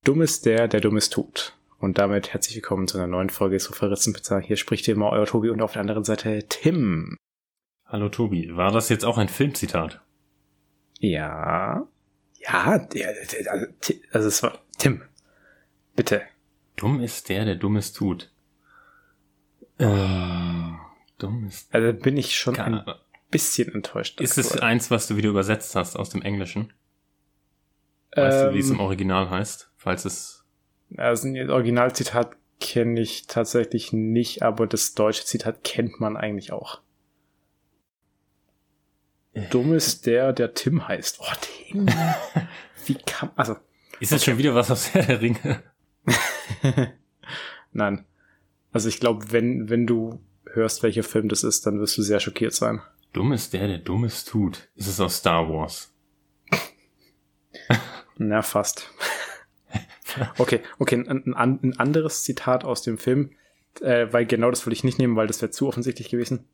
Dumm ist der Dummes tut. Und damit herzlich willkommen zu einer neuen Folge Sofa Ritzenpizza. Hier spricht wie immer euer Tobi und auf der anderen Seite Tim. Hallo Tobi, war das jetzt auch ein Filmzitat? Ja. Ja, also es war Tim. Bitte. Dumm ist der Dummes tut. Dumm ist... Also bin ich schon ein bisschen enttäuscht. Ist es eins, was du wieder übersetzt hast aus dem Englischen? Weißt du, wie es im Original heißt? Falls es... Also ein Originalzitat kenne ich tatsächlich nicht, aber das deutsche Zitat kennt man eigentlich auch. Dumm ist der Tim heißt. Oh, Tim. Wie kann... Also... Ist das schon wieder was aus Herr der Ringe? Nein. Also ich glaube, wenn du hörst, welcher Film das ist, dann wirst du sehr schockiert sein. Dumm ist der Dummes tut. Ist es aus Star Wars? Na, fast. Okay, ein anderes Zitat aus dem Film, weil genau das wollte ich nicht nehmen, weil das wäre zu offensichtlich gewesen.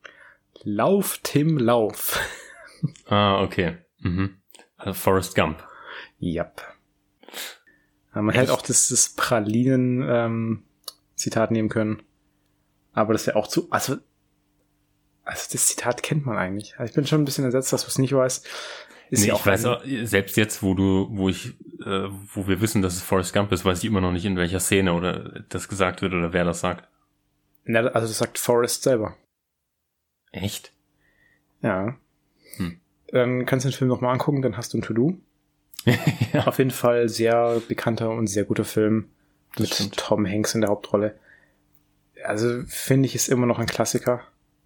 Lauf, Tim, lauf. Okay. Mhm. Also Forrest Gump. Yep. Man hätte auch das Pralinen-Zitat nehmen können. Aber das wäre auch zu... Also das Zitat kennt man eigentlich. Ich bin schon ein bisschen entsetzt, dass du es nicht weißt. Ist nee, ja auch ich weiß auch, selbst jetzt, wo wir wissen, dass es Forrest Gump ist, weiß ich immer noch nicht, in welcher Szene oder das gesagt wird oder wer das sagt. Na, also das sagt Forrest selber. Echt? Ja. Dann kannst du den Film nochmal angucken, dann hast du ein To-Do. Ja. Auf jeden Fall sehr bekannter und sehr guter Film mit Tom Hanks in der Hauptrolle. Also finde ich, ist immer noch ein Klassiker.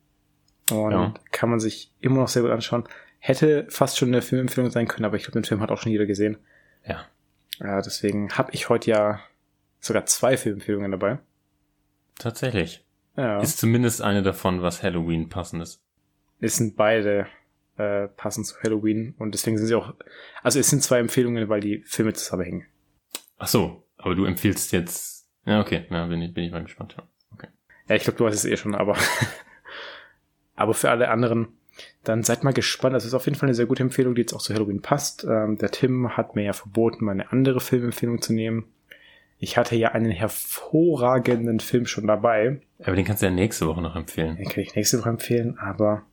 Und kann man sich immer noch sehr gut anschauen. Hätte fast schon eine Filmempfehlung sein können, aber ich glaube, den Film hat auch schon jeder gesehen. Ja. Deswegen habe ich heute ja sogar 2 Filmempfehlungen dabei. Tatsächlich. Ja. Ist zumindest eine davon, was Halloween passend ist. Es sind beide passend zu Halloween und deswegen sind sie auch... Also es sind 2 Empfehlungen, weil die Filme zusammenhängen. Ach so, aber du empfiehlst jetzt... Ja, okay. Ja, bin ich mal gespannt. Ja, okay. Ja, ich glaube, du weißt es eh schon, aber... aber für alle anderen... Dann seid mal gespannt. Das ist auf jeden Fall eine sehr gute Empfehlung, die jetzt auch zu Halloween passt. Der Tim hat mir ja verboten, meine andere Filmempfehlung zu nehmen. Ich hatte ja einen hervorragenden Film schon dabei. Aber den kannst du ja nächste Woche noch empfehlen. Den kann ich nächste Woche empfehlen, aber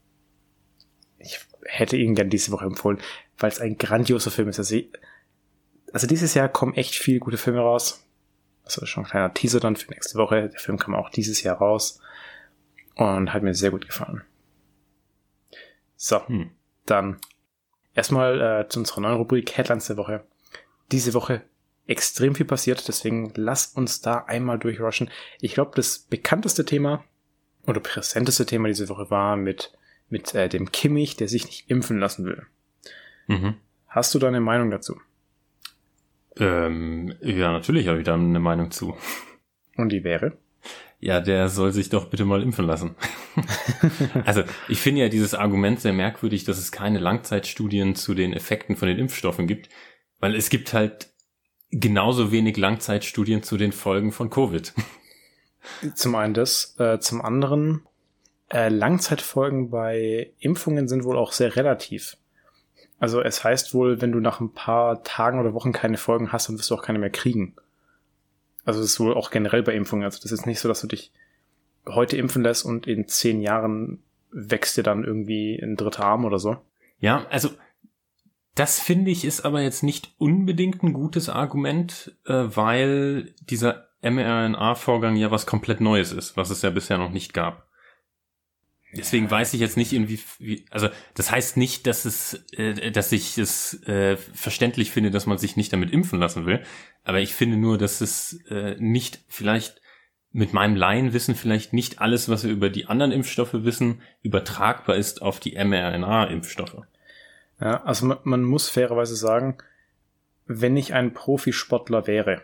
ich hätte ihn gern diese Woche empfohlen, weil es ein grandioser Film ist. Also dieses Jahr kommen echt viele gute Filme raus. Das ist schon ein kleiner Teaser dann für nächste Woche. Der Film kam auch dieses Jahr raus und hat mir sehr gut gefallen. So, dann erstmal zu unserer neuen Rubrik Headlines der Woche. Diese Woche extrem viel passiert, deswegen lass uns da einmal durchrushen. Ich glaube, das bekannteste Thema oder präsenteste Thema diese Woche war mit dem Kimmich, der sich nicht impfen lassen will. Mhm. Hast du da eine Meinung dazu? Ja, natürlich habe ich da eine Meinung zu. Und die wäre? Ja, der soll sich doch bitte mal impfen lassen. Also, ich finde ja dieses Argument sehr merkwürdig, dass es keine Langzeitstudien zu den Effekten von den Impfstoffen gibt, weil es gibt halt genauso wenig Langzeitstudien zu den Folgen von Covid. Zum einen das, zum anderen Langzeitfolgen bei Impfungen sind wohl auch sehr relativ. Also es heißt wohl, wenn du nach ein paar Tagen oder Wochen keine Folgen hast, dann wirst du auch keine mehr kriegen. Also das ist wohl auch generell bei Impfungen. Also das ist nicht so, dass du dich heute impfen lässt und in 10 Jahren wächst dir dann irgendwie ein dritter Arm oder so. Ja, also das finde ich ist aber jetzt nicht unbedingt ein gutes Argument, weil dieser mRNA-Vorgang ja was komplett Neues ist, was es ja bisher noch nicht gab. Deswegen weiß ich jetzt nicht also das heißt nicht, dass ich es verständlich finde, dass man sich nicht damit impfen lassen will, aber ich finde nur, dass es nicht vielleicht mit meinem Laienwissen vielleicht nicht alles, was wir über die anderen Impfstoffe wissen, übertragbar ist auf die mRNA-Impfstoffe. Ja, also man muss fairerweise sagen, wenn ich ein Profisportler wäre,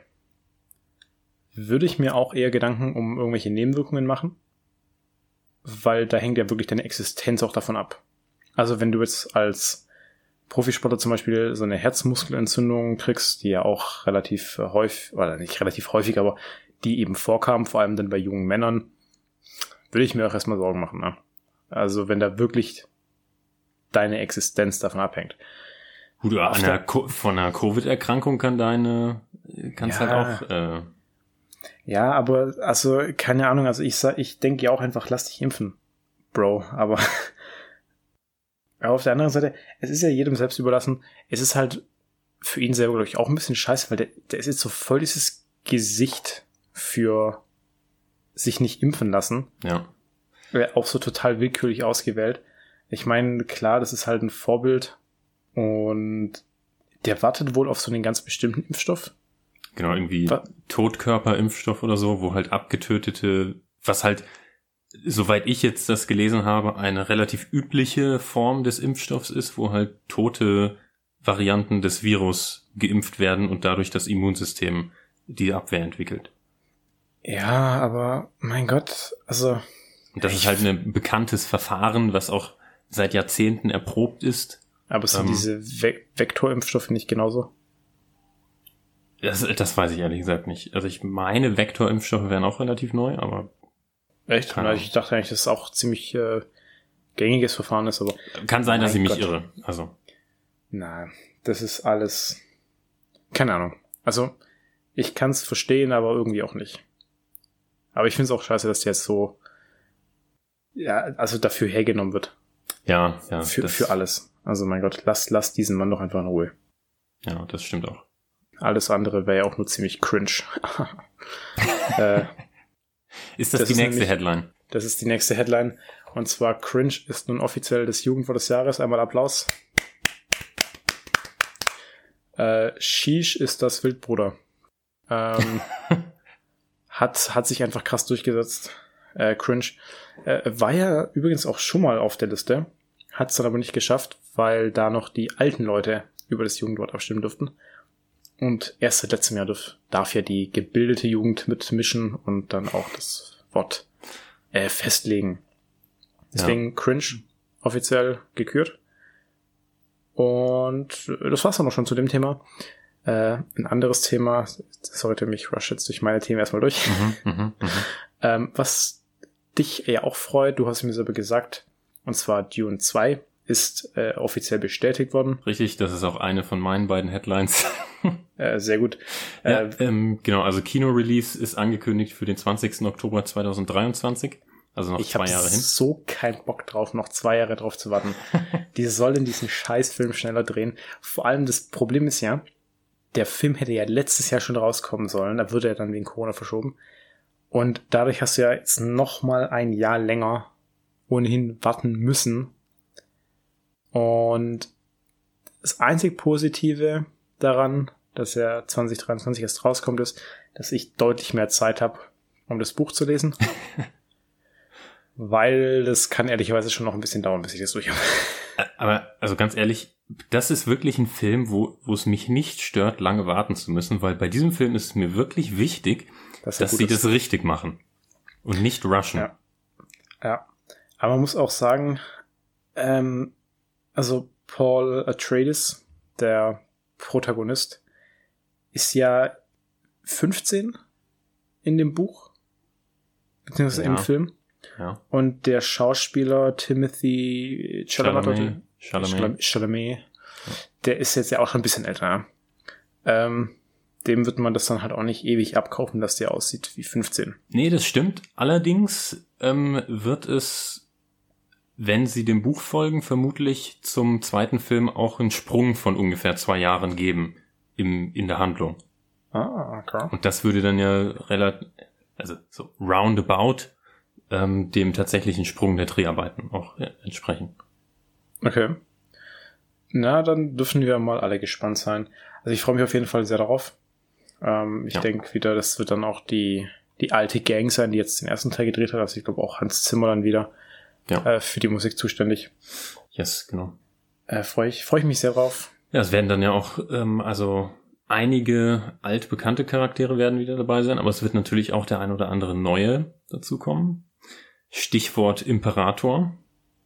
würde ich mir auch eher Gedanken um irgendwelche Nebenwirkungen machen. Weil da hängt ja wirklich deine Existenz auch davon ab. Also wenn du jetzt als Profisportler zum Beispiel so eine Herzmuskelentzündung kriegst, die ja auch relativ häufig, oder nicht relativ häufig, aber die eben vorkam, vor allem dann bei jungen Männern, würde ich mir auch erstmal Sorgen machen. Ne? Also wenn da wirklich deine Existenz davon abhängt. Gut, von einer Covid-Erkrankung kann deine kannst Ja. halt auch... Ja, aber, also, keine Ahnung, also ich denke ja auch einfach, lass dich impfen, Bro, aber auf der anderen Seite, es ist ja jedem selbst überlassen, es ist halt für ihn selber, glaube ich, auch ein bisschen scheiße, weil der ist jetzt so voll dieses Gesicht für sich nicht impfen lassen. Ja. Auch so total willkürlich ausgewählt. Ich meine, klar, das ist halt ein Vorbild und der wartet wohl auf so einen ganz bestimmten Impfstoff. Genau, irgendwie Totkörperimpfstoff oder so, wo halt abgetötete, was halt, soweit ich jetzt das gelesen habe, eine relativ übliche Form des Impfstoffs ist, wo halt tote Varianten des Virus geimpft werden und dadurch das Immunsystem die Abwehr entwickelt. Ja, aber mein Gott, also... Und das ist halt ein bekanntes Verfahren, was auch seit Jahrzehnten erprobt ist. Aber sind diese Vektorimpfstoffe nicht genauso? Das weiß ich ehrlich gesagt nicht. Also ich meine, Vektorimpfstoffe wären auch relativ neu, aber... Echt? Ich dachte eigentlich, dass es auch ziemlich gängiges Verfahren ist, aber... Kann sein, dass ich mich Gott. irre. Also. Na, das ist alles... Keine Ahnung. Also, ich kann es verstehen, aber irgendwie auch nicht. Aber ich finde es auch scheiße, dass der jetzt so... Ja, also dafür hergenommen wird. Ja. Für alles. Also mein Gott, lass diesen Mann doch einfach in Ruhe. Ja, das stimmt auch. Alles andere wäre ja auch nur ziemlich cringe. Ist das die nächste Headline? Das ist die nächste Headline. Und zwar Cringe ist nun offiziell das Jugendwort des Jahres. Einmal Applaus. Sheesh ist das Wildbruder. Hat sich einfach krass durchgesetzt. Cringe. War ja übrigens auch schon mal auf der Liste. Hat es dann aber nicht geschafft, weil da noch die alten Leute über das Jugendwort abstimmen durften. Und erst seit letztem Jahr darf ja die gebildete Jugend mitmischen und dann auch das Wort festlegen. Deswegen Cringe offiziell gekürt. Und das war's dann auch schon zu dem Thema. Ein anderes Thema, sorry, mich rush jetzt durch meine Themen erstmal durch. Was dich ja auch freut, du hast mir selber gesagt, und zwar Dune 2 ist offiziell bestätigt worden. Richtig, das ist auch eine von meinen beiden Headlines. Sehr gut. Ja, genau, also Kino-Release ist angekündigt für den 20. Oktober 2023, also noch 2 Jahre hin. Ich habe so keinen Bock drauf, noch 2 Jahre drauf zu warten. Die sollen diesen Scheißfilm schneller drehen. Vor allem das Problem ist ja, der Film hätte ja letztes Jahr schon rauskommen sollen, da wurde er dann wegen Corona verschoben. Und dadurch hast du ja jetzt noch mal ein Jahr länger ohnehin warten müssen. Und das einzig Positive daran, dass er 2023 erst rauskommt, ist, dass ich deutlich mehr Zeit habe, um das Buch zu lesen. Weil das kann ehrlicherweise schon noch ein bisschen dauern, bis ich das durch habe. Aber, also ganz ehrlich, das ist wirklich ein Film, wo es mich nicht stört, lange warten zu müssen, weil bei diesem Film ist es mir wirklich wichtig, dass sie das richtig machen und nicht rushen. Ja. Aber man muss auch sagen, also Paul Atreides, der Protagonist, ist ja 15 in dem Buch, beziehungsweise im Film. Ja. Und der Schauspieler Timothy Chalamet, der ist jetzt ja auch schon ein bisschen älter. Dem wird man das dann halt auch nicht ewig abkaufen, dass der aussieht wie 15. Nee, das stimmt. Allerdings wird es, wenn sie dem Buch folgen, vermutlich zum zweiten Film auch einen Sprung von ungefähr 2 Jahren geben in der Handlung. Ah, klar. Und das würde dann ja relativ, also so roundabout dem tatsächlichen Sprung der Dreharbeiten auch entsprechen. Okay. Na, dann dürfen wir mal alle gespannt sein. Also ich freue mich auf jeden Fall sehr darauf. Ich denke wieder, das wird dann auch die alte Gang sein, die jetzt den ersten Teil gedreht hat. Also ich glaube auch Hans Zimmer dann wieder für die Musik zuständig. Yes, genau. Freue ich mich sehr drauf. Ja, es werden dann ja auch, also einige altbekannte Charaktere werden wieder dabei sein, aber es wird natürlich auch der ein oder andere neue dazu kommen. Stichwort Imperator.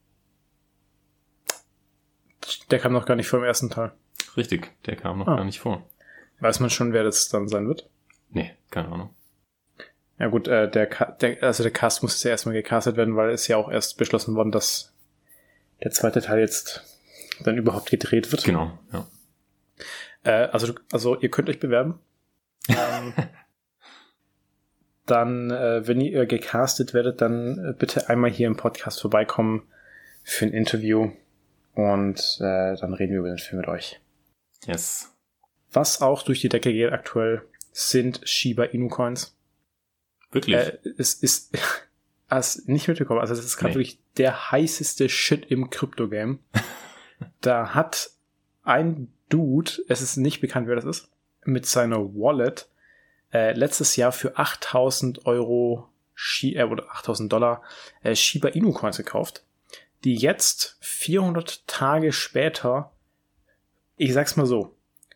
Der kam noch gar nicht vor im ersten Teil. Richtig, der kam noch gar nicht vor. Weiß man schon, wer das dann sein wird? Nee, keine Ahnung. Ja gut, der Cast muss jetzt ja erstmal gecastet werden, weil es ja auch erst beschlossen worden, dass der zweite Teil jetzt dann überhaupt gedreht wird. Genau, ja. Also ihr könnt euch bewerben. Dann, wenn ihr gecastet werdet, dann bitte einmal hier im Podcast vorbeikommen für ein Interview und dann reden wir über den Film mit euch. Yes. Was auch durch die Decke geht aktuell, sind Shiba Inu Coins. Wirklich? Es ist, hast nicht mitbekommen, also das ist gerade wirklich der heißeste Shit im Krypto-Game. Da hat ein Dude, es ist nicht bekannt, wer das ist, mit seiner Wallet letztes Jahr für 8.000 Euro oder 8.000 Dollar Shiba Inu Coins gekauft, die jetzt 400 Tage später, ich sag's mal so,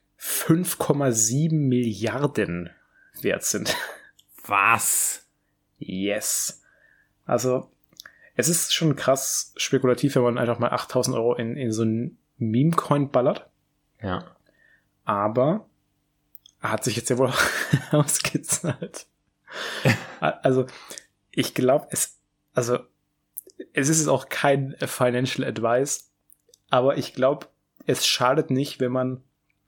5,7 Milliarden wert sind. Was? Yes. Also, es ist schon krass spekulativ, wenn man einfach mal 8.000 Euro in so einen Meme-Coin ballert. Ja. Aber hat sich jetzt ja wohl ausgezahlt. Also, ich glaube, es ist auch kein Financial Advice, aber ich glaube, es schadet nicht, wenn man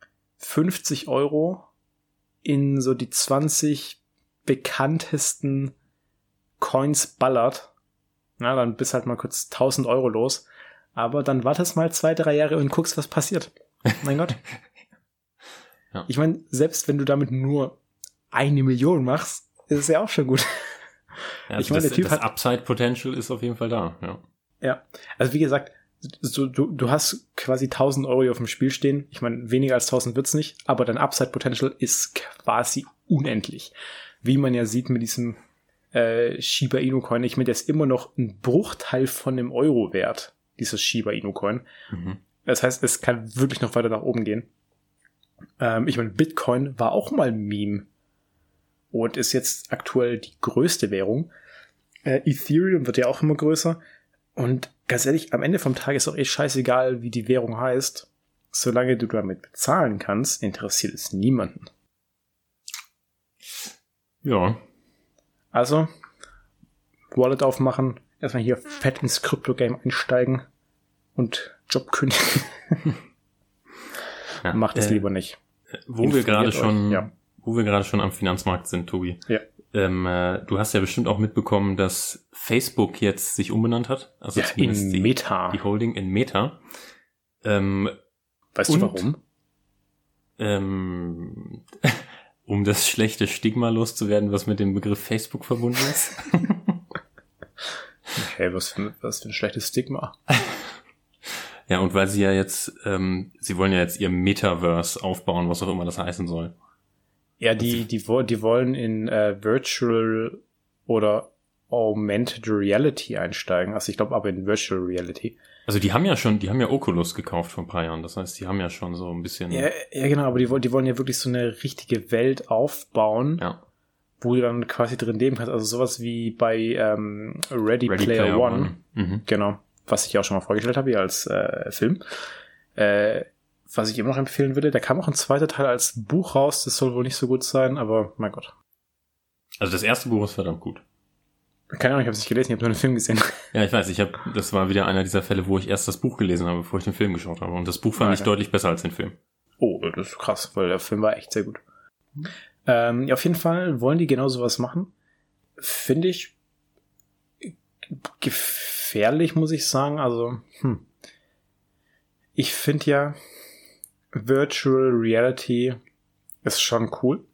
50 Euro in so die 20 bekanntesten Coins ballert. Na, dann bist halt mal kurz 1.000 Euro los. Aber dann wartest mal 2-3 Jahre und guckst, was passiert. Mein Gott. Ja. Ich meine, selbst wenn du damit nur 1 Million machst, ist es ja auch schon gut. Ja, also der Typ das Upside-Potential ist auf jeden Fall da. Ja, also wie gesagt, so, du hast quasi 1.000 Euro auf dem Spiel stehen. Ich meine, weniger als 1.000 wird's nicht, aber dein Upside-Potential ist quasi unendlich. Wie man ja sieht mit diesem Shiba Inu Coin. Ich meine, der ist immer noch ein Bruchteil von dem Euro wert, dieses Shiba Inu Coin. Mhm. Das heißt, es kann wirklich noch weiter nach oben gehen. Ich meine, Bitcoin war auch mal ein Meme und ist jetzt aktuell die größte Währung. Ethereum wird ja auch immer größer. Und ganz ehrlich, am Ende vom Tag ist auch scheißegal, wie die Währung heißt. Solange du damit bezahlen kannst, interessiert es niemanden. Ja. Also, Wallet aufmachen, erstmal hier fett ins Krypto-Game einsteigen und Job kündigen. Ja, Macht es lieber nicht. Wo wir gerade schon am Finanzmarkt sind, Tobi. Ja. Du hast ja bestimmt auch mitbekommen, dass Facebook jetzt sich umbenannt hat. Also ja, in Meta. Die Holding in Meta. Weißt du warum? Um das schlechte Stigma loszuwerden, was mit dem Begriff Facebook verbunden ist. Okay, was für ein schlechtes Stigma. Ja, und weil sie ja jetzt, sie wollen ja jetzt ihr Metaverse aufbauen, was auch immer das heißen soll. Ja, die wollen in Virtual oder Augmented Reality einsteigen. Also ich glaube aber in Virtual Reality. Also die haben ja Oculus gekauft vor ein paar Jahren. Das heißt, die haben ja schon so ein bisschen... Ja genau, aber die wollen ja wirklich so eine richtige Welt aufbauen, wo du dann quasi drin leben kannst. Also sowas wie bei Ready Player One. Mhm. Genau. Was ich auch schon mal vorgestellt habe hier als Film. Was ich immer noch empfehlen würde, da kam auch ein zweiter Teil als Buch raus. Das soll wohl nicht so gut sein, aber mein Gott. Also das erste Buch ist verdammt gut. Keine Ahnung, ich habe es nicht gelesen, ich habe nur den Film gesehen. Ja, ich weiß, das war wieder einer dieser Fälle, wo ich erst das Buch gelesen habe, bevor ich den Film geschaut habe. Und das Buch fand ich deutlich besser als den Film. Oh, das ist krass, weil der Film war echt sehr gut. Auf jeden Fall wollen die genau sowas machen. Finde ich gefährlich, muss ich sagen. Also, ich finde ja, Virtual Reality ist schon cool.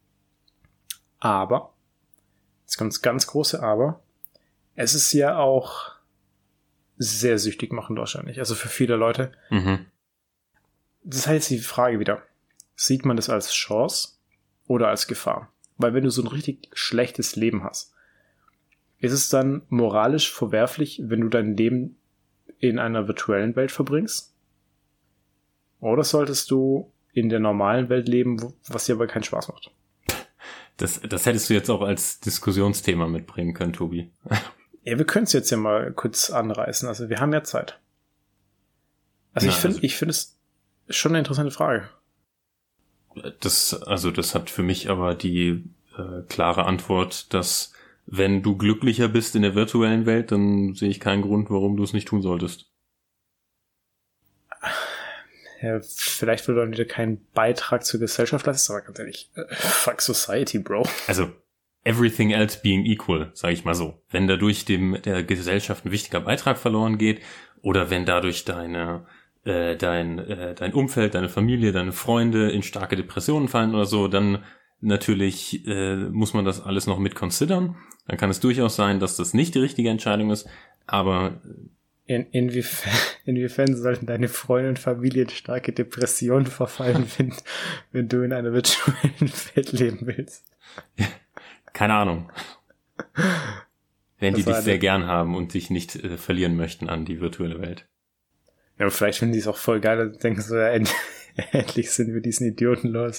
Aber, jetzt kommt das ganz große Aber, es ist ja auch sehr süchtig machend wahrscheinlich. Also für viele Leute. Mhm. Das heißt die Frage wieder, sieht man das als Chance oder als Gefahr? Weil wenn du so ein richtig schlechtes Leben hast, ist es dann moralisch verwerflich, wenn du dein Leben in einer virtuellen Welt verbringst? Oder solltest du in der normalen Welt leben, was dir aber keinen Spaß macht? Das hättest du jetzt auch als Diskussionsthema mitbringen können, Tobi. Ja, wir können es jetzt ja mal kurz anreißen. Also wir haben ja Zeit. Also ich finde es schon eine interessante Frage. Das hat für mich aber die klare Antwort, dass wenn du glücklicher bist in der virtuellen Welt, dann sehe ich keinen Grund, warum du es nicht tun solltest. Ja, vielleicht würde dann wieder keinen Beitrag zur Gesellschaft leisten, aber ganz ehrlich, fuck Society, Bro. Also, everything else being equal, sage ich mal so. Wenn dadurch der Gesellschaft ein wichtiger Beitrag verloren geht oder wenn dadurch dein Umfeld, deine Familie, deine Freunde in starke Depressionen fallen oder so, dann natürlich muss man das alles noch mit considern. Dann kann es durchaus sein, dass das nicht die richtige Entscheidung ist, aber Inwiefern sollten deine Freunde und Familie in starke Depressionen verfallen, wenn du in einer virtuellen Welt leben willst? Keine Ahnung. Wenn die dich sehr gern haben und dich nicht verlieren möchten an die virtuelle Welt. Ja, aber vielleicht finden die es auch voll geil und denken so, ja, endlich sind wir diesen Idioten los.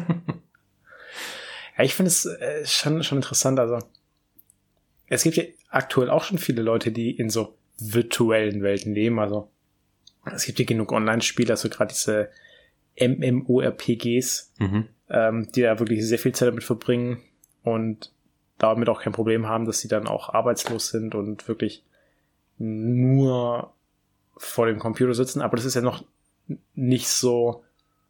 Ja, ich finde es schon interessant. Also, es gibt ja aktuell auch schon viele Leute, die in so virtuellen Welten leben. Also, es gibt ja genug Online-Spiele, also gerade diese MMORPGs, die da wirklich sehr viel Zeit damit verbringen und damit auch kein Problem haben, dass sie dann auch arbeitslos sind und wirklich nur vor dem Computer sitzen. Aber das ist ja noch nicht so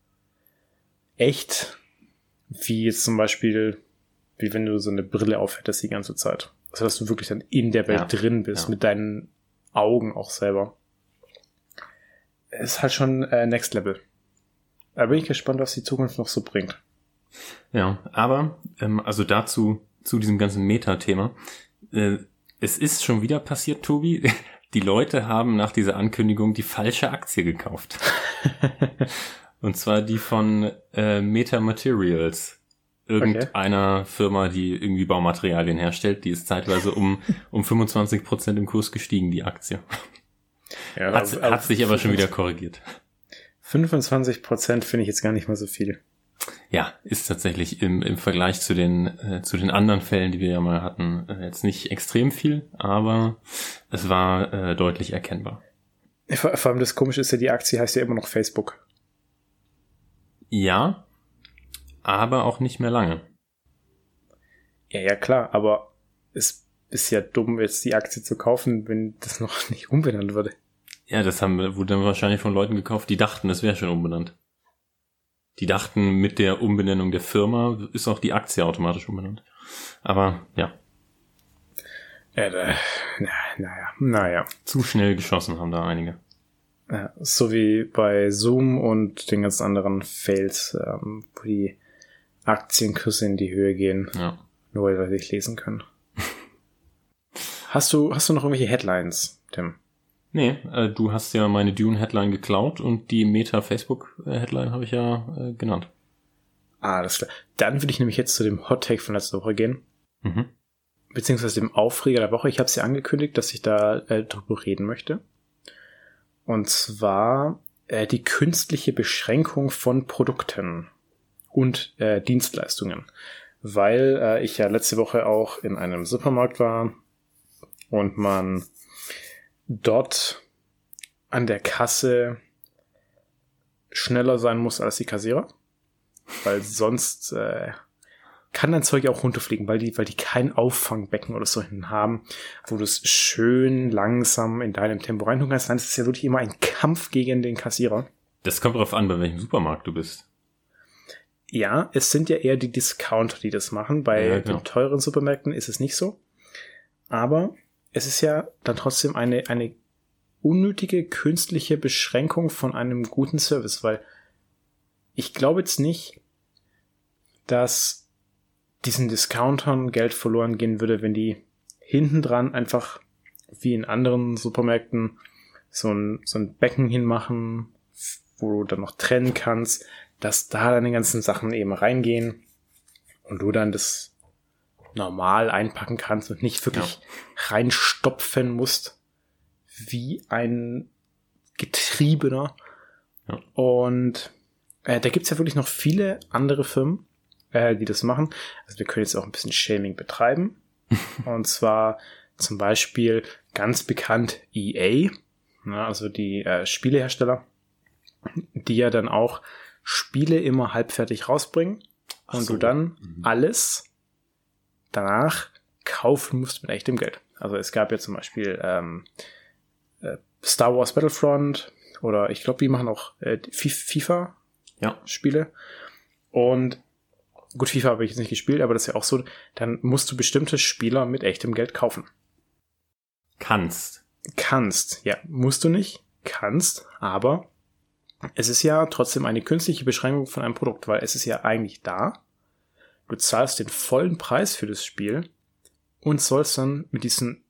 echt, wie jetzt zum Beispiel, wie wenn du so eine Brille aufhättest die ganze Zeit. Also, dass du wirklich dann in der Welt drin bist, mit deinen Augen auch selber. Ist halt schon Next Level. Da bin ich gespannt, was die Zukunft noch so bringt. Ja, aber, also zu diesem ganzen Meta-Thema. Es ist schon wieder passiert, Tobi. Die Leute haben nach dieser Ankündigung die falsche Aktie gekauft. Und zwar die von Meta Materials. Irgendeiner Firma, die irgendwie Baumaterialien herstellt. Die ist zeitweise um 25% im Kurs gestiegen, die Aktie. Ja, hat sich aber schon wieder korrigiert. 25% finde ich jetzt gar nicht mal so viel. Ja, ist tatsächlich im Vergleich zu den anderen Fällen, die wir ja mal hatten, jetzt nicht extrem viel, aber es war deutlich erkennbar. Vor allem das Komische ist ja, die Aktie heißt ja immer noch Facebook. Ja, aber auch nicht mehr lange. Ja, klar, aber es ist ja dumm, jetzt die Aktie zu kaufen, wenn das noch nicht umbenannt wurde. Ja, wurde dann wahrscheinlich von Leuten gekauft, die dachten, es wäre schon umbenannt. Die dachten, mit der Umbenennung der Firma ist auch die Aktie automatisch umbenannt. Aber ja. Naja. Zu schnell geschossen haben da einige. Ja, so wie bei Zoom und den ganzen anderen Fails, wo die Aktienkurse in die Höhe gehen. Ja. Nur weil wir nicht lesen können. Hast du noch irgendwelche Headlines, Tim? Nee, du hast ja meine Dune-Headline geklaut und die Meta-Facebook-Headline habe ich ja genannt. Alles klar. Dann würde ich nämlich jetzt zu dem Hot-Take von letzter Woche gehen. Beziehungsweise dem Aufreger der Woche. Ich habe es ja angekündigt, dass ich da drüber reden möchte. Und zwar die künstliche Beschränkung von Produkten und Dienstleistungen. Weil ich ja letzte Woche auch in einem Supermarkt war und man dort an der Kasse schneller sein muss als die Kassierer. Weil sonst kann dein Zeug ja auch runterfliegen, weil die kein Auffangbecken oder so hinten haben, wo du es schön langsam in deinem Tempo reintun kannst. Nein, das ist ja wirklich immer ein Kampf gegen den Kassierer. Das kommt darauf an, bei welchem Supermarkt du bist. Ja, es sind ja eher die Discounter, die das machen. Bei den teuren Supermärkten ist es nicht so. Aber es ist ja dann trotzdem eine unnötige künstliche Beschränkung von einem guten Service, weil ich glaube jetzt nicht, dass diesen Discountern Geld verloren gehen würde, wenn die hinten dran einfach wie in anderen Supermärkten so ein Becken hinmachen, wo du dann noch trennen kannst, dass da deine ganzen Sachen eben reingehen und du dann das normal einpacken kannst und nicht wirklich reinstopfen musst wie ein Getriebener. Ja. Und da gibt's ja wirklich noch viele andere Firmen, die das machen. Also wir können jetzt auch ein bisschen Shaming betreiben. Und zwar zum Beispiel ganz bekannt EA, also die Spielehersteller, die ja dann auch Spiele immer halbfertig rausbringen und du dann alles danach kaufen musst mit echtem Geld. Also es gab ja zum Beispiel Star Wars Battlefront oder ich glaube, die machen auch FIFA-Spiele. Ja. Und gut, FIFA habe ich jetzt nicht gespielt, aber das ist ja auch so, dann musst du bestimmte Spieler mit echtem Geld kaufen. Kannst, ja. Musst du nicht, kannst, aber es ist ja trotzdem eine künstliche Beschränkung von einem Produkt, weil es ist ja eigentlich da. Du zahlst den vollen Preis für das Spiel und sollst dann mit diesen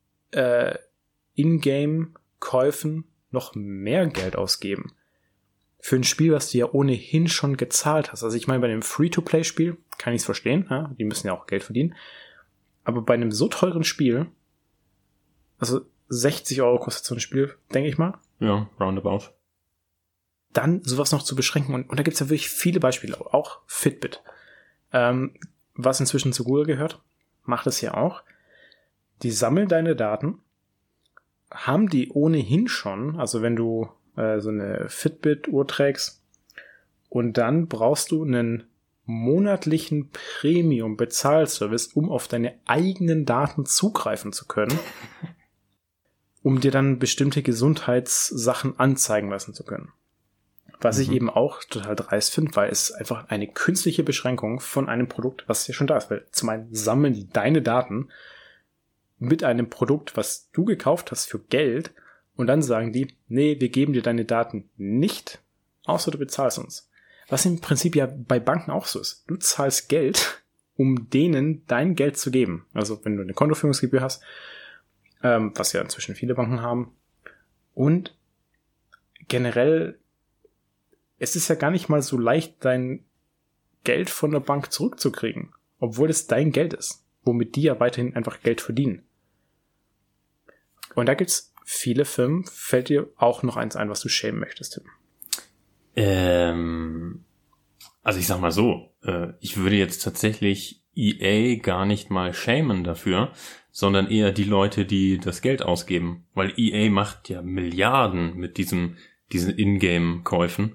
Ingame-Käufen noch mehr Geld ausgeben. Für ein Spiel, was du ja ohnehin schon gezahlt hast. Also ich meine, bei einem Free-to-Play-Spiel kann ich es verstehen, ja? Die müssen ja auch Geld verdienen. Aber bei einem so teuren Spiel, also 60 Euro kostet so ein Spiel, denke ich mal. Ja, roundabout. Dann sowas noch zu beschränken. Und da gibt es ja wirklich viele Beispiele, auch Fitbit. Was inzwischen zu Google gehört, macht es ja auch. Die sammeln deine Daten, haben die ohnehin schon, also wenn du so eine Fitbit-Uhr trägst und dann brauchst du einen monatlichen Premium-Bezahlservice, um auf deine eigenen Daten zugreifen zu können, um dir dann bestimmte Gesundheitssachen anzeigen lassen zu können. Was ich eben auch total dreist finde, weil es einfach eine künstliche Beschränkung von einem Produkt, was ja schon da ist. Weil zum einen sammeln die deine Daten mit einem Produkt, was du gekauft hast für Geld, und dann sagen die, nee, wir geben dir deine Daten nicht, außer du bezahlst uns. Was im Prinzip ja bei Banken auch so ist. Du zahlst Geld, um denen dein Geld zu geben. Also wenn du eine Kontoführungsgebühr hast, was ja inzwischen viele Banken haben. Und generell, es ist ja gar nicht mal so leicht, dein Geld von der Bank zurückzukriegen, obwohl es dein Geld ist, womit die ja weiterhin einfach Geld verdienen. Und da gibt's viele Firmen. Fällt dir auch noch eins ein, was du schämen möchtest, Tim? Also ich sag mal so, ich würde jetzt tatsächlich EA gar nicht mal schämen dafür, sondern eher die Leute, die das Geld ausgeben. Weil EA macht ja Milliarden mit diesen Ingame-Käufen.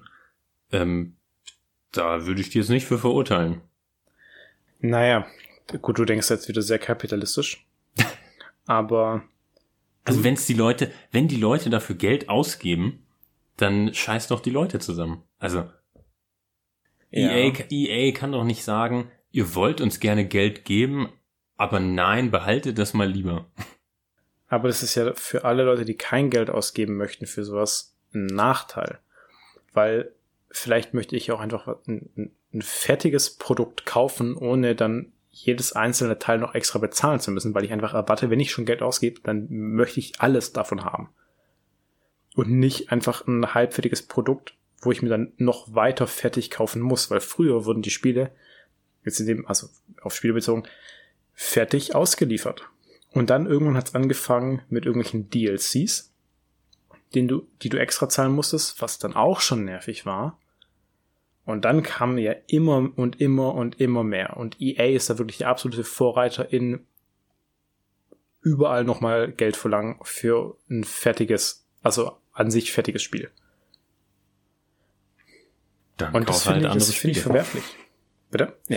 Da würde ich die jetzt nicht für verurteilen. Naja, gut, du denkst jetzt wieder sehr kapitalistisch. Aber also wenn die Leute dafür Geld ausgeben, dann scheiß doch die Leute zusammen. Also ja. EA kann doch nicht sagen, ihr wollt uns gerne Geld geben, aber nein, behaltet das mal lieber. Aber das ist ja für alle Leute, die kein Geld ausgeben möchten für sowas, ein Nachteil. Weil vielleicht möchte ich auch einfach ein fertiges Produkt kaufen, ohne dann jedes einzelne Teil noch extra bezahlen zu müssen, weil ich einfach erwarte, wenn ich schon Geld ausgebe, dann möchte ich alles davon haben. Und nicht einfach ein halbfertiges Produkt, wo ich mir dann noch weiter fertig kaufen muss, weil früher wurden die Spiele, jetzt in dem, also auf Spiele bezogen, fertig ausgeliefert. Und dann irgendwann hat es angefangen mit irgendwelchen DLCs, die du extra zahlen musstest, was dann auch schon nervig war. Und dann kam ja immer und immer und immer mehr. Und EA ist da wirklich der absolute Vorreiter in überall nochmal Geld verlangen für ein fertiges, also an sich fertiges Spiel. Dann und das finde ich verwerflich. Bitte? Ja,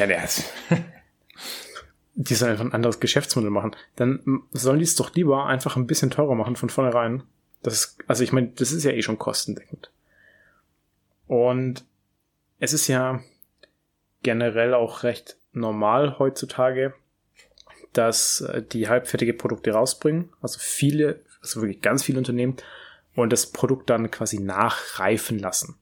die sollen einfach ein anderes Geschäftsmodell machen. Dann sollen die es doch lieber einfach ein bisschen teurer machen von vornherein. Also ich meine, das ist ja eh schon kostendeckend. Und es ist ja generell auch recht normal heutzutage, dass die halbfertige Produkte rausbringen. Also wirklich ganz viele Unternehmen und das Produkt dann quasi nachreifen lassen.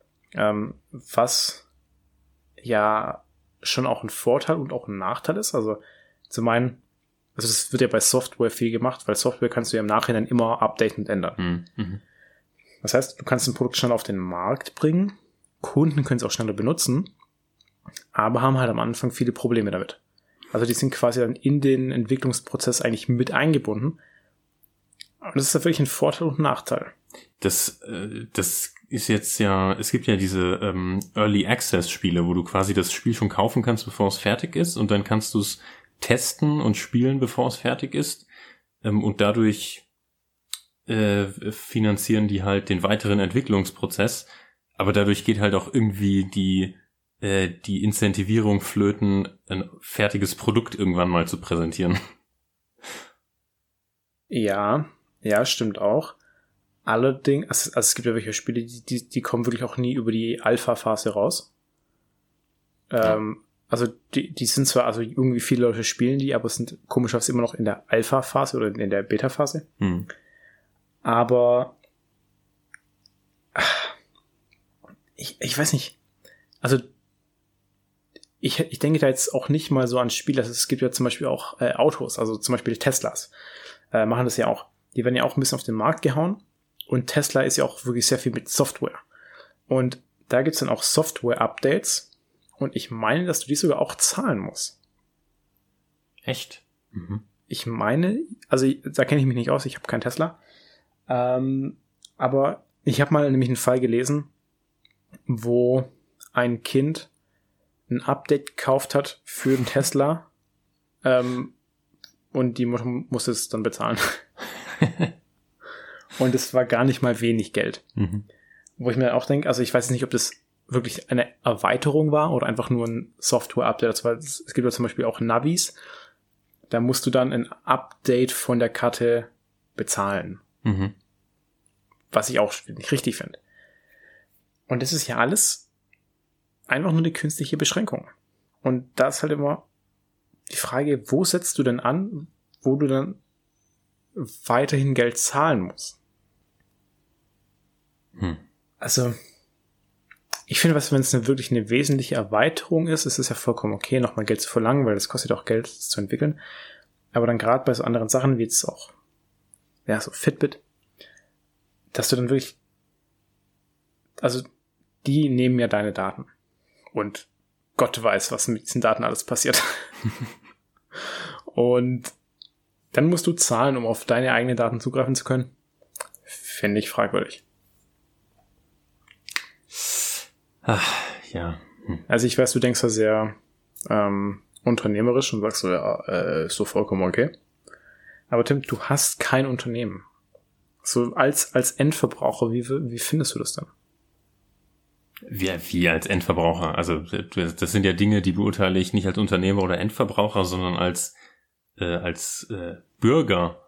Was ja schon auch ein Vorteil und auch ein Nachteil ist. Also zum einen, also das wird ja bei Software viel gemacht, weil Software kannst du ja im Nachhinein immer updaten und ändern. Mhm. Das heißt, du kannst ein Produkt schnell auf den Markt bringen, Kunden können es auch schneller benutzen, aber haben halt am Anfang viele Probleme damit. Also die sind quasi dann in den Entwicklungsprozess eigentlich mit eingebunden. Und das ist ja wirklich ein Vorteil und ein Nachteil. Das ist jetzt ja, es gibt ja diese Early Access Spiele, wo du quasi das Spiel schon kaufen kannst, bevor es fertig ist, und dann kannst du es testen und spielen, bevor es fertig ist, und dadurch finanzieren die halt den weiteren Entwicklungsprozess, aber dadurch geht halt auch irgendwie die Incentivierung flöten, ein fertiges Produkt irgendwann mal zu präsentieren. Ja, stimmt auch. Allerdings, also es gibt ja welche Spiele, die kommen wirklich auch nie über die Alpha-Phase raus. Also die sind zwar, also irgendwie viele Leute spielen die, aber es sind komischerweise immer noch in der Alpha-Phase oder in der Beta-Phase. Aber ich weiß nicht. Also ich denke da jetzt auch nicht mal so an Spiele. Also es gibt ja zum Beispiel auch Autos, also zum Beispiel Teslas machen das ja auch. Die werden ja auch ein bisschen auf den Markt gehauen. Und Tesla ist ja auch wirklich sehr viel mit Software. Und da gibt's dann auch Software-Updates. Und ich meine, dass du die sogar auch zahlen musst. Echt? Ich meine, also da kenne ich mich nicht aus, ich habe keinen Tesla. Aber ich habe mal nämlich einen Fall gelesen, wo ein Kind ein Update gekauft hat für den Tesla. Und die Mutter musste es dann bezahlen. Und es war gar nicht mal wenig Geld. Wo ich mir auch denke, also ich weiß nicht, ob das wirklich eine Erweiterung war oder einfach nur ein Software-Update. Es gibt ja zum Beispiel auch Navis. Da musst du dann ein Update von der Karte bezahlen. Was ich auch nicht richtig finde. Und das ist ja alles einfach nur eine künstliche Beschränkung. Und da ist halt immer die Frage, wo setzt du denn an, wo du dann weiterhin Geld zahlen musst? Also, ich finde, wenn es wirklich eine wesentliche Erweiterung ist es ja vollkommen okay, nochmal Geld zu verlangen, weil das kostet auch Geld, das zu entwickeln. Aber dann gerade bei so anderen Sachen, wie jetzt auch, ja, so Fitbit, dass du dann wirklich, also, die nehmen ja deine Daten. Und Gott weiß, was mit diesen Daten alles passiert. Und dann musst du zahlen, um auf deine eigenen Daten zugreifen zu können. Finde ich fragwürdig. Ja. Also ich weiß, du denkst da sehr unternehmerisch und sagst so, ja, ist so vollkommen okay. Aber Tim, du hast kein Unternehmen. So als Endverbraucher, wie findest du das dann? Wie als Endverbraucher? Also das sind ja Dinge, die beurteile ich nicht als Unternehmer oder Endverbraucher, sondern als Bürger.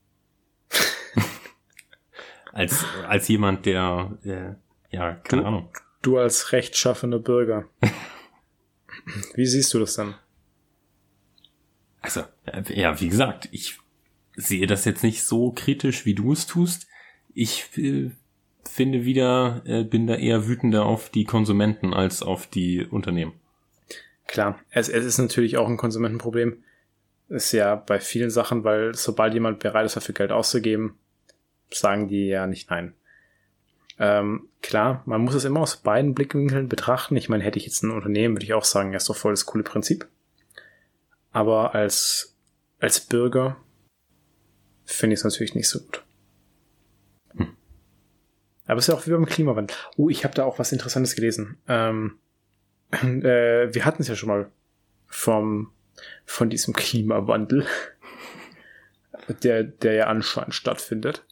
als jemand, der ja, keine Ahnung. Du als rechtschaffener Bürger. Wie siehst du das dann? Also, ja, wie gesagt, ich sehe das jetzt nicht so kritisch, wie du es tust. Ich finde wieder, bin da eher wütender auf die Konsumenten als auf die Unternehmen. Klar, es ist natürlich auch ein Konsumentenproblem. Ist ja bei vielen Sachen, weil sobald jemand bereit ist, dafür Geld auszugeben, sagen die ja nicht nein. Klar, man muss es immer aus beiden Blickwinkeln betrachten. Ich meine, hätte ich jetzt ein Unternehmen, würde ich auch sagen, ja, ist doch voll das coole Prinzip. Aber als Bürger finde ich es natürlich nicht so gut. Aber es ist ja auch wie beim Klimawandel. Ich habe da auch was Interessantes gelesen. Wir hatten es ja schon mal von diesem Klimawandel, der ja anscheinend stattfindet.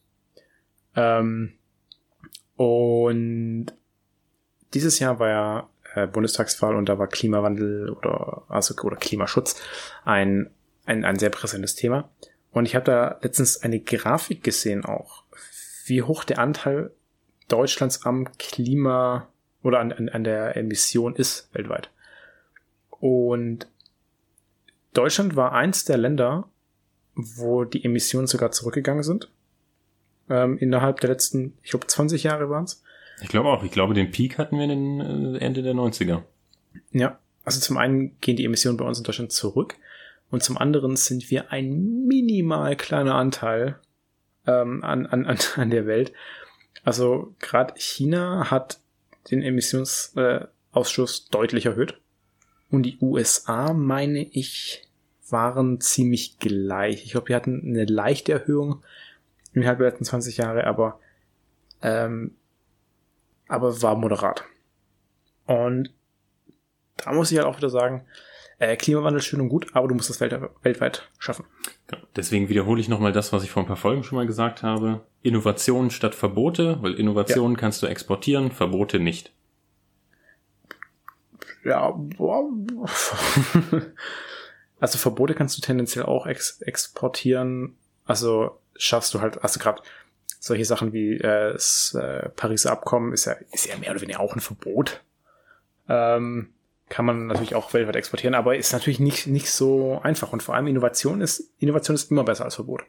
Und dieses Jahr war ja Bundestagswahl und da war Klimawandel oder Klimaschutz ein sehr präsentes Thema. Und ich habe da letztens eine Grafik gesehen auch, wie hoch der Anteil Deutschlands am Klima oder an der Emission ist weltweit. Und Deutschland war eins der Länder, wo die Emissionen sogar zurückgegangen sind. Innerhalb der letzten, ich glaube 20 Jahre waren es. Ich glaube auch. Ich glaube, den Peak hatten wir in den Ende der 90er. Ja, also zum einen gehen die Emissionen bei uns in Deutschland zurück und zum anderen sind wir ein minimal kleiner Anteil an der Welt. Also gerade China hat den Emissionsausschuss deutlich erhöht und die USA, meine ich, waren ziemlich gleich. Ich glaube, die hatten eine leichte Erhöhung innerhalb der letzten 20 Jahre, aber war moderat. Und da muss ich halt auch wieder sagen, Klimawandel ist schön und gut, aber du musst das weltweit schaffen. Ja, deswegen wiederhole ich nochmal das, was ich vor ein paar Folgen schon mal gesagt habe. Innovation statt Verbote, weil Innovationen kannst du exportieren, Verbote nicht. Ja, also Verbote kannst du tendenziell auch exportieren. Also schaffst du halt, also gerade solche Sachen wie das Pariser Abkommen ist ja mehr oder weniger auch ein Verbot. Kann man natürlich auch weltweit exportieren, aber ist natürlich nicht so einfach. Und vor allem Innovation ist immer besser als Verbot.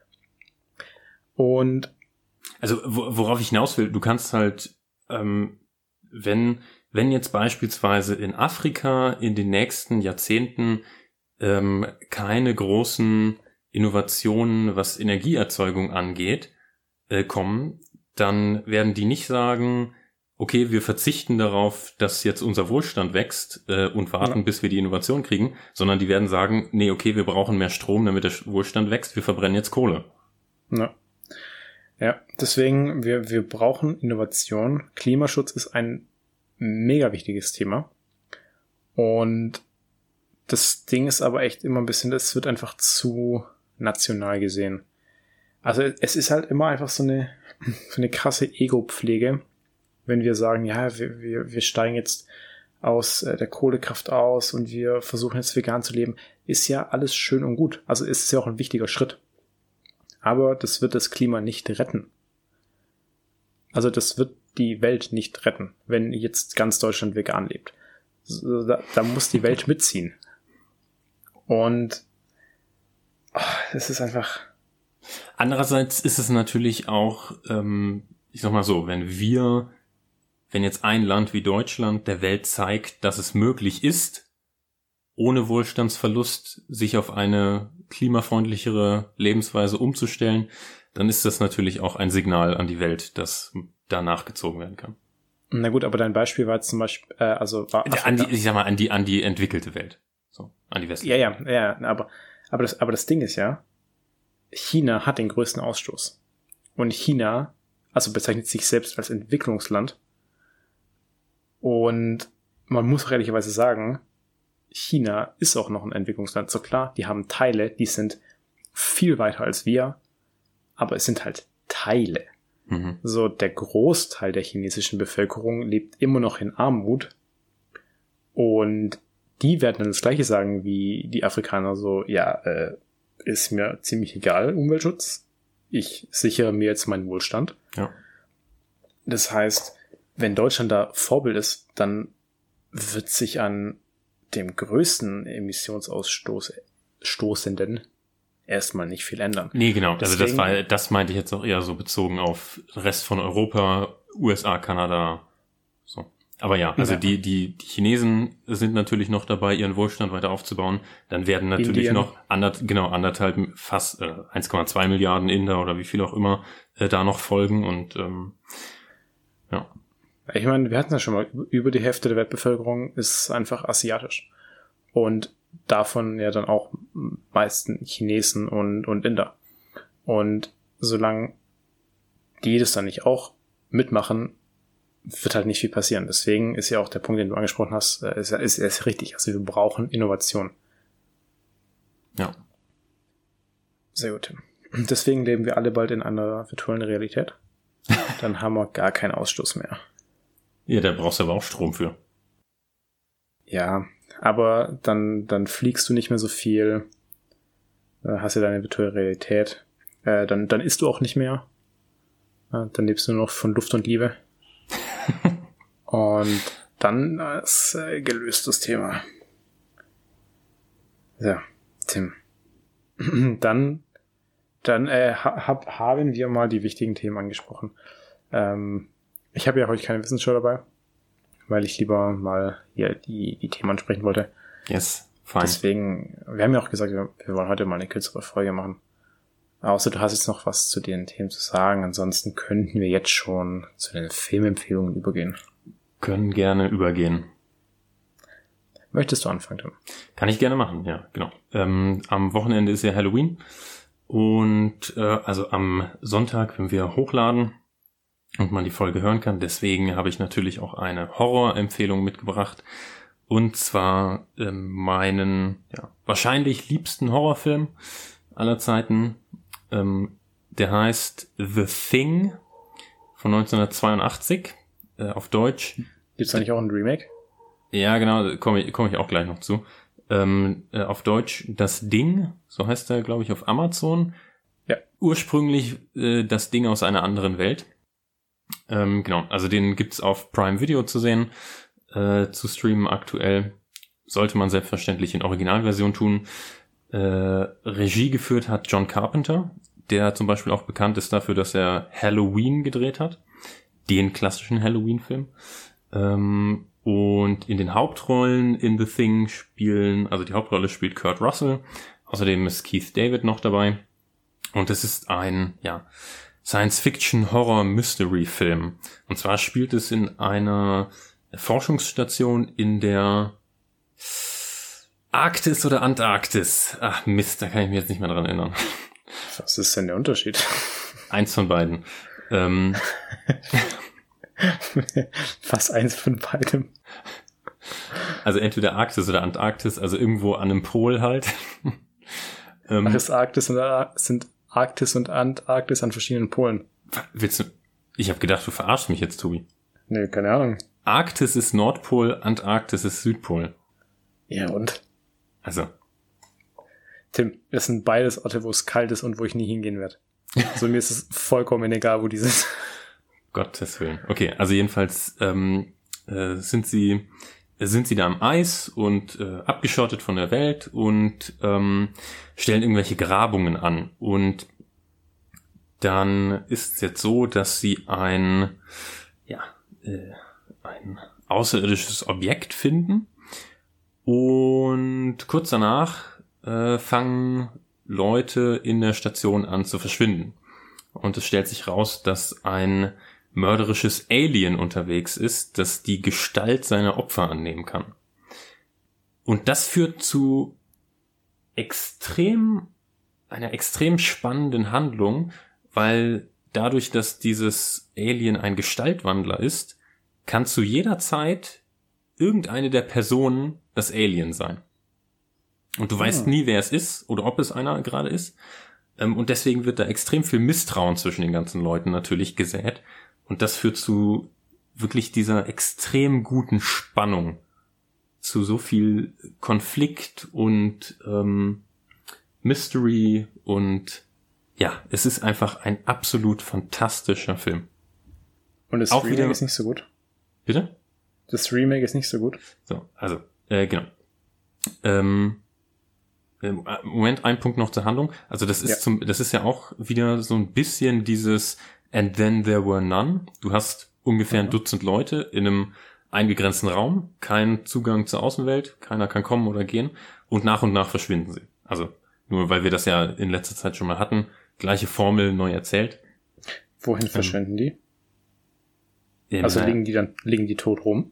Und also worauf ich hinaus will, du kannst halt, wenn jetzt beispielsweise in Afrika in den nächsten Jahrzehnten keine großen Innovationen, was Energieerzeugung angeht, kommen, dann werden die nicht sagen, okay, wir verzichten darauf, dass jetzt unser Wohlstand wächst und warten, bis wir die Innovation kriegen, sondern die werden sagen, nee, okay, wir brauchen mehr Strom, damit der Wohlstand wächst, wir verbrennen jetzt Kohle. Ja, deswegen, wir brauchen Innovation. Klimaschutz ist ein mega wichtiges Thema. Und das Ding ist aber echt immer ein bisschen, das wird einfach zu national gesehen. Also es ist halt immer einfach so eine krasse Ego-Pflege, wenn wir sagen, ja, wir steigen jetzt aus der Kohlekraft aus und wir versuchen jetzt vegan zu leben, ist ja alles schön und gut. Also ist es ja auch ein wichtiger Schritt. Aber das wird das Klima nicht retten. Also das wird die Welt nicht retten, wenn jetzt ganz Deutschland vegan lebt. Da muss die Welt mitziehen. Und es ist einfach... Andererseits ist es natürlich auch, ich sag mal so, wenn jetzt ein Land wie Deutschland der Welt zeigt, dass es möglich ist, ohne Wohlstandsverlust sich auf eine klimafreundlichere Lebensweise umzustellen, dann ist das natürlich auch ein Signal an die Welt, dass da nachgezogen werden kann. Na gut, aber dein Beispiel war jetzt zum Beispiel, an die entwickelte Welt. So, an die westliche. Ja, aber das Ding ist ja, China hat den größten Ausstoß. Und China, also bezeichnet sich selbst als Entwicklungsland. Und man muss ehrlicherweise sagen, China ist auch noch ein Entwicklungsland. So klar, die haben Teile, die sind viel weiter als wir, aber es sind halt Teile. Mhm. So, der Großteil der chinesischen Bevölkerung lebt immer noch in Armut und die werden dann das Gleiche sagen wie die Afrikaner, so, ja, ist mir ziemlich egal, Umweltschutz. Ich sichere mir jetzt meinen Wohlstand. Ja. Das heißt, wenn Deutschland da Vorbild ist, dann wird sich an dem größten Emissionsausstoß stoßenden erstmal nicht viel ändern. Nee, genau. Deswegen, Also das meinte ich jetzt auch eher so bezogen auf den Rest von Europa, USA, Kanada, so. Aber ja, also die Chinesen sind natürlich noch dabei, ihren Wohlstand weiter aufzubauen. Dann werden natürlich Indien. noch anderthalb, fast 1,2 Milliarden Inder oder wie viel auch immer da noch folgen und ja. Ich meine, wir hatten ja schon mal, über die Hälfte der Weltbevölkerung ist einfach asiatisch. Und davon ja dann auch meisten Chinesen und Inder. Und solange die das dann nicht auch mitmachen, wird halt nicht viel passieren. Deswegen ist ja auch der Punkt, den du angesprochen hast, ist richtig. Also wir brauchen Innovation. Ja. Sehr gut. Deswegen leben wir alle bald in einer virtuellen Realität. Dann haben wir gar keinen Ausstoß mehr. Ja, da brauchst du aber auch Strom für. Ja, aber dann fliegst du nicht mehr so viel, hast ja deine virtuelle Realität, dann isst du auch nicht mehr, dann lebst du nur noch von Luft und Liebe. Und dann ist gelöst das Thema. Ja, Tim. Dann haben wir mal die wichtigen Themen angesprochen. Ich habe ja heute keine Wissensschau dabei, weil ich lieber mal hier die Themen ansprechen wollte. Yes, fine. Deswegen, wir haben ja auch gesagt, wir wollen heute mal eine kürzere Folge machen. Außer du hast jetzt noch was zu den Themen zu sagen. Ansonsten könnten wir jetzt schon zu den Filmempfehlungen übergehen. Können gerne übergehen. Möchtest du anfangen, Tim? Kann ich gerne machen, ja, genau. Am Wochenende ist ja Halloween und also am Sonntag, wenn wir hochladen und man die Folge hören kann. Deswegen habe ich natürlich auch eine Horrorempfehlung mitgebracht. Und zwar meinen wahrscheinlich liebsten Horrorfilm aller Zeiten. Der heißt The Thing von 1982 auf Deutsch. Gibt's da nicht auch ein Remake? Ja, genau, komme ich auch gleich noch zu. Auf Deutsch Das Ding, so heißt er, glaube ich, auf Amazon. Ja. Ursprünglich das Ding aus einer anderen Welt. Genau, also den gibt's auf Prime Video zu sehen, zu streamen aktuell. Sollte man selbstverständlich in Originalversion tun. Regie geführt hat John Carpenter, der zum Beispiel auch bekannt ist dafür, dass er Halloween gedreht hat. Den klassischen Halloween-Film. Und in den Hauptrollen in The Thing also die Hauptrolle spielt Kurt Russell. Außerdem ist Keith David noch dabei. Und es ist ein, Science-Fiction-Horror-Mystery-Film. Und zwar spielt es in einer Forschungsstation in der Arktis oder Antarktis. Ach Mist, da kann ich mich jetzt nicht mehr dran erinnern. Was ist denn der Unterschied? Eins von beiden. Fast eins von beidem. Also entweder Arktis oder Antarktis, also irgendwo an einem Pol halt. Ist sind Arktis und Antarktis an verschiedenen Polen. Willst du? Ich habe gedacht, du verarschst mich jetzt, Tobi. Nee, keine Ahnung. Arktis ist Nordpol, Antarktis ist Südpol. Ja, und? Also. Tim, das sind beides Orte, wo es kalt ist und wo ich nie hingehen werde. Also mir ist es vollkommen egal, wo die sind. Gottes Willen. Okay, also jedenfalls sind sie da am Eis und abgeschottet von der Welt und stellen irgendwelche Grabungen an. Und dann ist es jetzt so, dass sie ein außerirdisches Objekt finden. Und kurz danach fangen Leute in der Station an zu verschwinden. Und es stellt sich raus, dass ein mörderisches Alien unterwegs ist, das die Gestalt seiner Opfer annehmen kann. Und das führt zu einer extrem spannenden Handlung, weil dadurch, dass dieses Alien ein Gestaltwandler ist, kann zu jeder Zeit irgendeine der Personen das Alien sein. Und du weißt nie, wer es ist oder ob es einer gerade ist. Und deswegen wird da extrem viel Misstrauen zwischen den ganzen Leuten natürlich gesät. Und das führt zu wirklich dieser extrem guten Spannung, zu so viel Konflikt und Mystery und ja, es ist einfach ein absolut fantastischer Film. Und das Remake ist nicht so gut? Bitte? Das Remake ist nicht so gut? So, also, genau. Moment, ein Punkt noch zur Handlung. Also das ist ja auch wieder so ein bisschen dieses And then there were none. Du hast ungefähr ein Dutzend Leute in einem eingegrenzten Raum, kein Zugang zur Außenwelt, keiner kann kommen oder gehen und nach verschwinden sie. Also nur weil wir das ja in letzter Zeit schon mal hatten, gleiche Formel neu erzählt. Wohin verschwinden die? Also liegen die tot rum?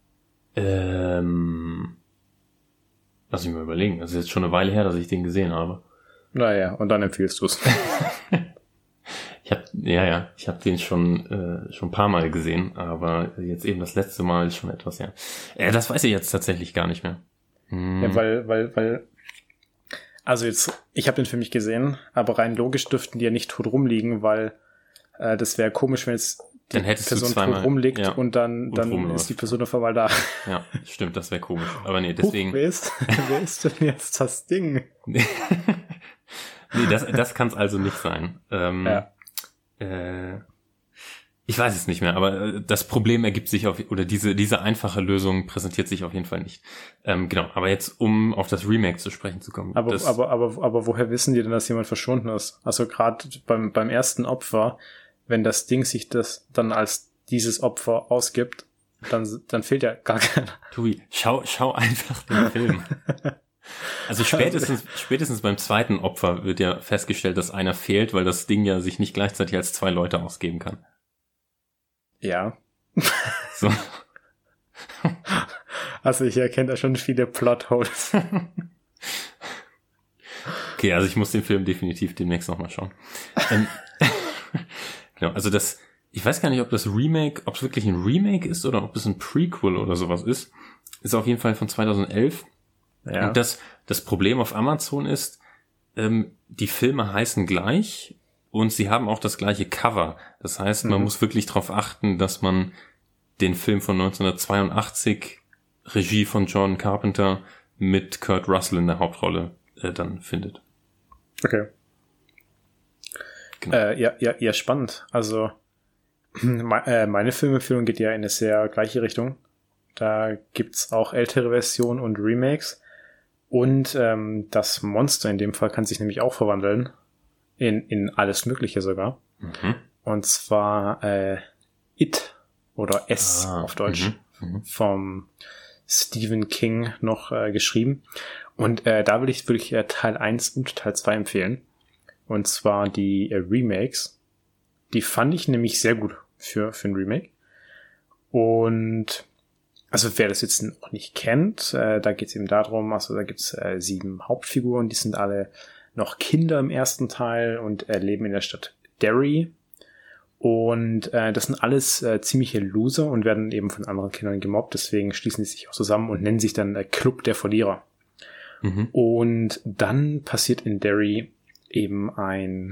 Lass mich mal überlegen. Das ist jetzt schon eine Weile her, dass ich den gesehen habe. Naja, und dann empfiehlst du's. Ich habe den schon ein paar Mal gesehen, aber jetzt eben das letzte Mal ist schon etwas her. Das weiß ich jetzt tatsächlich gar nicht mehr. Ja, weil also jetzt, ich habe den Film nicht gesehen, aber rein logisch dürften die ja nicht tot rumliegen, weil das wäre komisch, wenn jetzt die Person tot rumliegt und dann ist die Person auf einmal da. Ja, stimmt, das wäre komisch. Aber nee, deswegen. Wer ist denn jetzt das Ding? Nee, das kann es also nicht sein. Ich weiß es nicht mehr, aber das Problem ergibt sich oder diese einfache Lösung präsentiert sich auf jeden Fall nicht. Genau, aber jetzt, um auf das Remake zu sprechen zu kommen. Aber woher wissen die denn, dass jemand verschwunden ist? Also gerade beim ersten Opfer, wenn das Ding sich das dann als dieses Opfer ausgibt, dann fehlt ja gar keiner. Tobi, schau einfach den Film. Also spätestens beim zweiten Opfer wird ja festgestellt, dass einer fehlt, weil das Ding ja sich nicht gleichzeitig als 2 Leute ausgeben kann. Ja. So. Also ich erkenne da schon viele Plotholes. Okay, also ich muss den Film definitiv demnächst nochmal schauen. Genau, also ich weiß gar nicht, ob das Remake, ob es wirklich ein Remake ist oder ob es ein Prequel oder sowas ist. Ist auf jeden Fall von 2011. Ja. Und das Problem auf Amazon ist, die Filme heißen gleich und sie haben auch das gleiche Cover. Das heißt, man muss wirklich darauf achten, dass man den Film von 1982, Regie von John Carpenter, mit Kurt Russell in der Hauptrolle dann findet. Okay. Genau. Ja, spannend. Also meine Filmempfehlung geht ja in eine sehr gleiche Richtung. Da gibt's auch ältere Versionen und Remakes. Und das Monster in dem Fall kann sich nämlich auch verwandeln. In alles Mögliche sogar. Mhm. Und zwar It oder S auf Deutsch vom Stephen King noch geschrieben. Und da will ich Teil 1 und Teil 2 empfehlen. Und zwar die Remakes. Die fand ich nämlich sehr gut für ein Remake. Und also wer das jetzt noch nicht kennt, da geht es eben darum, also da gibt's 7 Hauptfiguren, die sind alle noch Kinder im ersten Teil und leben in der Stadt Derry. Und das sind alles ziemliche Loser und werden eben von anderen Kindern gemobbt, deswegen schließen die sich auch zusammen und nennen sich dann Club der Verlierer. Mhm. Und dann passiert in Derry eben ein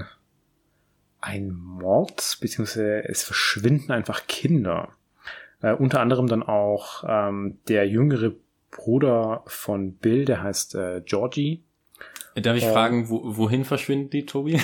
Mord, beziehungsweise es verschwinden einfach Kinder. Unter anderem dann auch der jüngere Bruder von Bill, der heißt Georgie. Darf ich fragen, wohin verschwinden die, Tobi?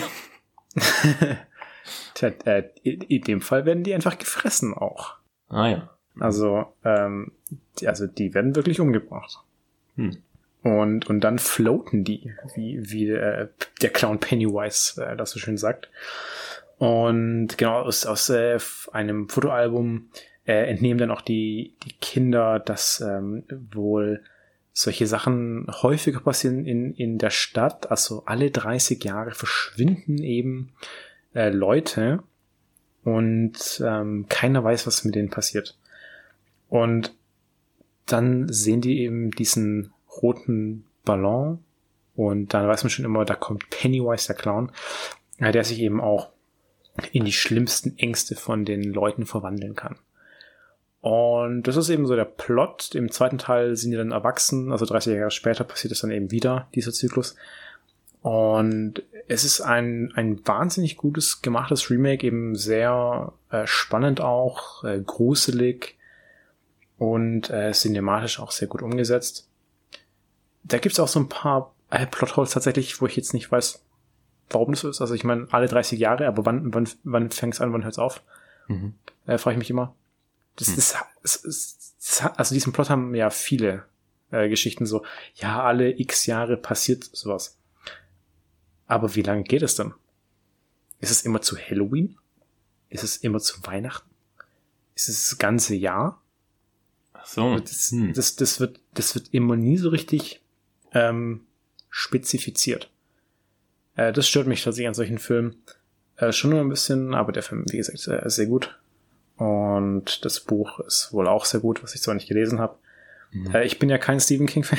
Tja, in dem Fall werden die einfach gefressen auch. Ah ja. Also die werden wirklich umgebracht. Und dann floaten die, wie der Clown Pennywise das so schön sagt. Und genau, aus einem Fotoalbum entnehmen dann auch die Kinder, dass wohl solche Sachen häufiger passieren in der Stadt. Also alle 30 Jahre verschwinden eben Leute und keiner weiß, was mit denen passiert. Und dann sehen die eben diesen roten Ballon und dann weiß man schon immer, da kommt Pennywise, der Clown, der sich eben auch in die schlimmsten Ängste von den Leuten verwandeln kann. Und das ist eben so der Plot. Im zweiten Teil sind die dann erwachsen, also 30 Jahre später passiert es dann eben wieder, dieser Zyklus. Und es ist ein wahnsinnig gutes, gemachtes Remake, eben sehr spannend auch, gruselig und cinematisch auch sehr gut umgesetzt. Da gibt's auch so ein paar Plotholes tatsächlich, wo ich jetzt nicht weiß, warum das so ist. Also ich meine, alle 30 Jahre, aber wann fängt's an, wann hört's auf? Frage ich mich immer. Also diesen Plot haben ja viele Geschichten so, ja, alle x Jahre passiert sowas. Aber wie lange geht es dann? Ist es immer zu Halloween? Ist es immer zu Weihnachten? Ist es das ganze Jahr? Ach so. Das wird immer nie so richtig spezifiziert. Das stört mich tatsächlich an solchen Filmen schon nur ein bisschen, aber der Film, wie gesagt, ist sehr gut. Und das Buch ist wohl auch sehr gut, was ich zwar nicht gelesen habe. Ich bin ja kein Stephen King-Fan.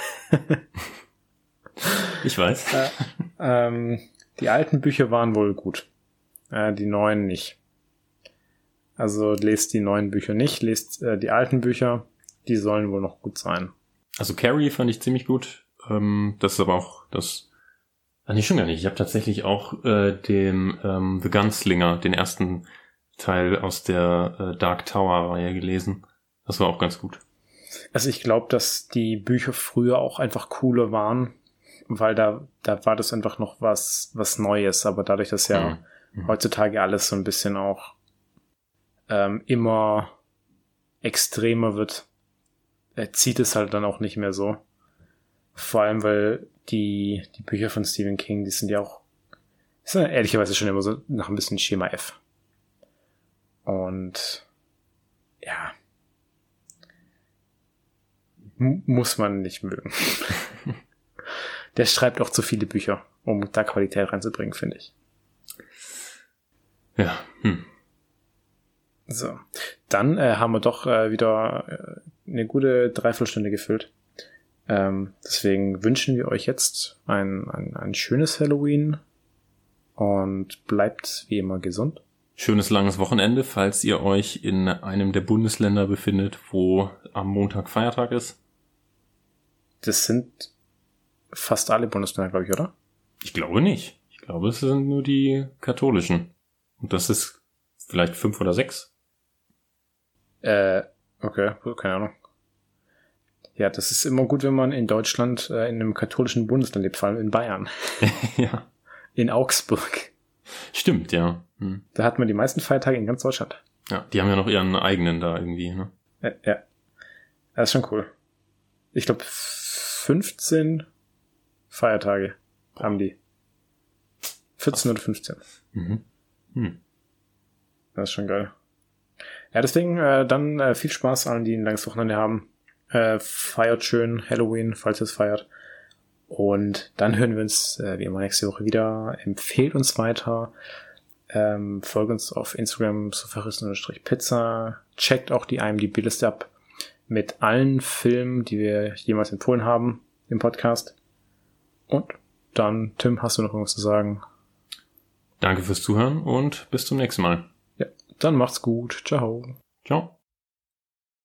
Ich weiß. Die alten Bücher waren wohl gut. Die neuen nicht. Also lest die neuen Bücher nicht, lest die alten Bücher. Die sollen wohl noch gut sein. Also Carrie fand ich ziemlich gut. Das ist aber auch das... Nee, schon gar nicht. Ich habe tatsächlich auch den The Gunslinger, den ersten Teil aus der Dark Tower-Reihe gelesen. Das war auch ganz gut. Also ich glaube, dass die Bücher früher auch einfach cooler waren, weil da war das einfach noch was Neues. Aber dadurch, dass ja heutzutage alles so ein bisschen auch immer extremer wird, zieht es halt dann auch nicht mehr so. Vor allem, weil die Bücher von Stephen King, die sind ja ehrlicherweise schon immer so nach ein bisschen Schema F. Und ja, muss man nicht mögen. Der schreibt auch zu viele Bücher, um da Qualität reinzubringen, finde ich. Ja. So, dann haben wir doch wieder eine gute Dreiviertelstunde gefüllt. Deswegen wünschen wir euch jetzt ein schönes Halloween und bleibt wie immer gesund. Schönes langes Wochenende, falls ihr euch in einem der Bundesländer befindet, wo am Montag Feiertag ist. Das sind fast alle Bundesländer, glaube ich, oder? Ich glaube nicht. Ich glaube, es sind nur die katholischen. Und das ist vielleicht 5 oder 6. Okay, keine Ahnung. Ja, das ist immer gut, wenn man in Deutschland in einem katholischen Bundesland lebt, vor allem in Bayern. Ja. In Augsburg. Stimmt, ja. Da hatten wir die meisten Feiertage in ganz Deutschland. Ja, die haben ja noch ihren eigenen da irgendwie, ne? Ja. Das ist schon cool. Ich glaube, 15 Feiertage haben die. 14 oder 15. Das ist schon geil. Ja, deswegen dann viel Spaß allen, die ein langes Wochenende haben. Feiert schön Halloween, falls ihr es feiert. Und dann hören wir uns wie immer nächste Woche wieder. Empfehlt uns weiter. Folgt uns auf Instagram @pizza. Checkt auch die IMDb-Liste ab mit allen Filmen, die wir jemals empfohlen haben im Podcast. Und dann, Tim, hast du noch irgendwas zu sagen? Danke fürs Zuhören und bis zum nächsten Mal. Ja, dann macht's gut. Ciao. Ciao.